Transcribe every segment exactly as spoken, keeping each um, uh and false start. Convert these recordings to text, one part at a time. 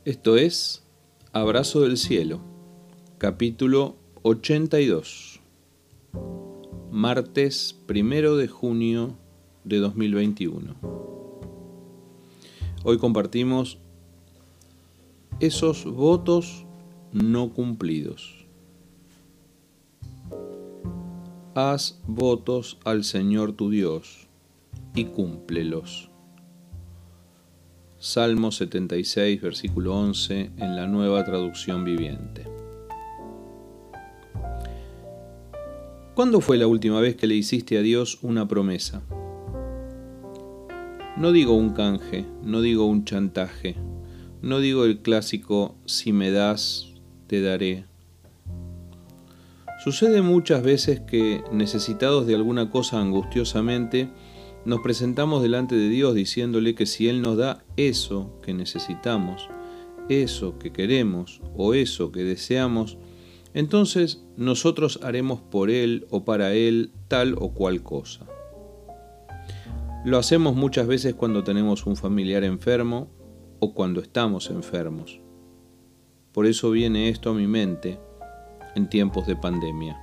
Esto es Abrazo del Cielo, capítulo ochenta y dos, martes primero de junio de dos mil veintiuno. Hoy compartimos esos votos no cumplidos. Haz votos al Señor tu Dios y cúmplelos. Salmo setenta y seis, versículo once, en la Nueva Traducción Viviente. ¿Cuándo fue la última vez que le hiciste a Dios una promesa? No digo un canje, no digo un chantaje, no digo el clásico si me das, te daré. Sucede muchas veces que, necesitados de alguna cosa angustiosamente, nos presentamos delante de Dios diciéndole que si Él nos da eso que necesitamos, eso que queremos o eso que deseamos, entonces nosotros haremos por Él o para Él tal o cual cosa. Lo hacemos muchas veces cuando tenemos un familiar enfermo o cuando estamos enfermos. Por eso viene esto a mi mente en tiempos de pandemia.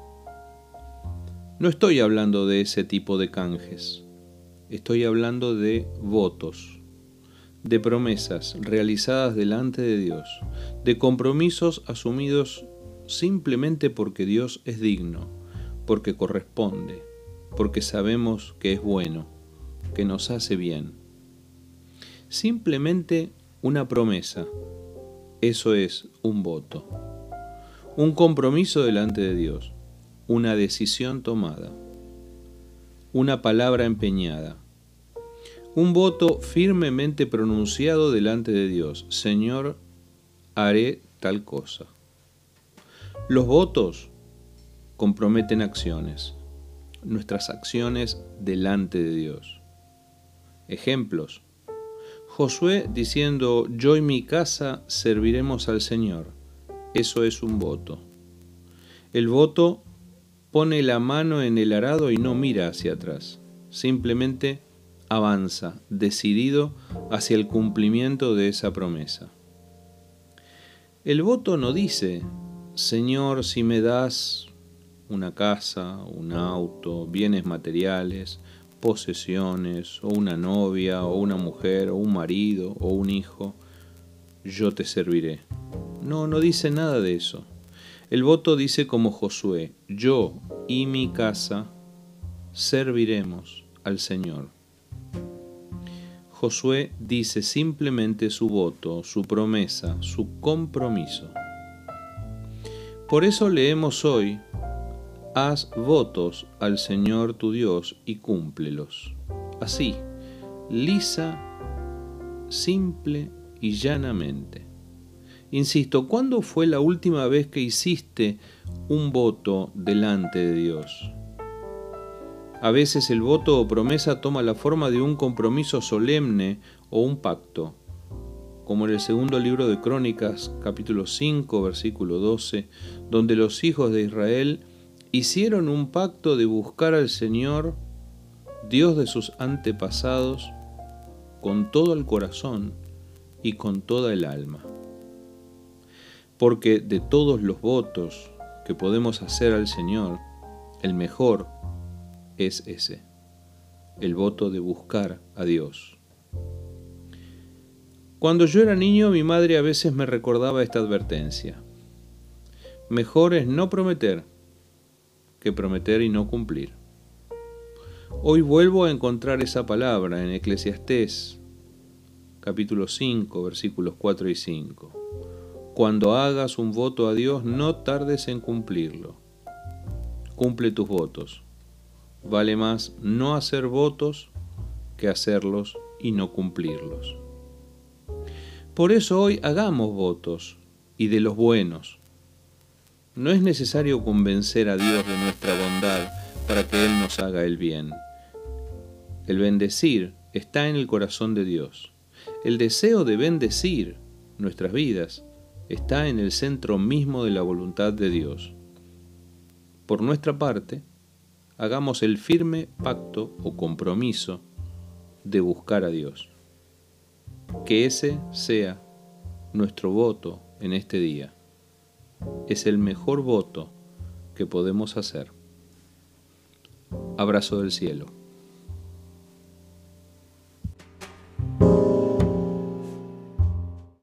No estoy hablando de ese tipo de canjes. Estoy hablando de votos, de promesas realizadas delante de Dios, de compromisos asumidos simplemente porque Dios es digno, porque corresponde, porque sabemos que es bueno, que nos hace bien. Simplemente una promesa, eso es un voto, un compromiso delante de Dios, una decisión tomada, una palabra empeñada. Un voto firmemente pronunciado delante de Dios. Señor, haré tal cosa. Los votos comprometen acciones, nuestras acciones delante de Dios. Ejemplos. Josué diciendo, yo y mi casa serviremos al Señor. Eso es un voto. El voto pone la mano en el arado y no mira hacia atrás. Simplemente avanza, decidido hacia el cumplimiento de esa promesa. El voto no dice, Señor, si me das una casa, un auto, bienes materiales, posesiones, o una novia, o una mujer, o un marido, o un hijo, yo te serviré. No, no dice nada de eso. El voto dice como Josué, yo y mi casa serviremos al Señor. Josué dice simplemente su voto, su promesa, su compromiso. Por eso leemos hoy, haz votos al Señor tu Dios y cúmplelos. Así, lisa, simple y llanamente. Insisto, ¿cuándo fue la última vez que hiciste un voto delante de Dios? A veces el voto o promesa toma la forma de un compromiso solemne o un pacto, como en el segundo libro de Crónicas, capítulo cinco, versículo doce, donde los hijos de Israel hicieron un pacto de buscar al Señor, Dios de sus antepasados, con todo el corazón y con toda el alma. Porque de todos los votos que podemos hacer al Señor, el mejor es ese, el voto de buscar a Dios. Cuando yo era niño, mi madre a veces me recordaba esta advertencia. Mejor es no prometer que prometer y no cumplir. Hoy vuelvo a encontrar esa palabra en Eclesiastés, capítulo cinco, versículos cuatro y cinco. Cuando hagas un voto a Dios, no tardes en cumplirlo. Cumple tus votos. Vale más no hacer votos que hacerlos y no cumplirlos. Por eso hoy hagamos votos, y de los buenos. No es necesario convencer a Dios de nuestra bondad para que Él nos haga el bien. El bendecir está en el corazón de Dios. El deseo de bendecir nuestras vidas está en el centro mismo de la voluntad de Dios. Por nuestra parte, hagamos el firme pacto o compromiso de buscar a Dios. Que ese sea nuestro voto en este día. Es el mejor voto que podemos hacer. Abrazo del cielo.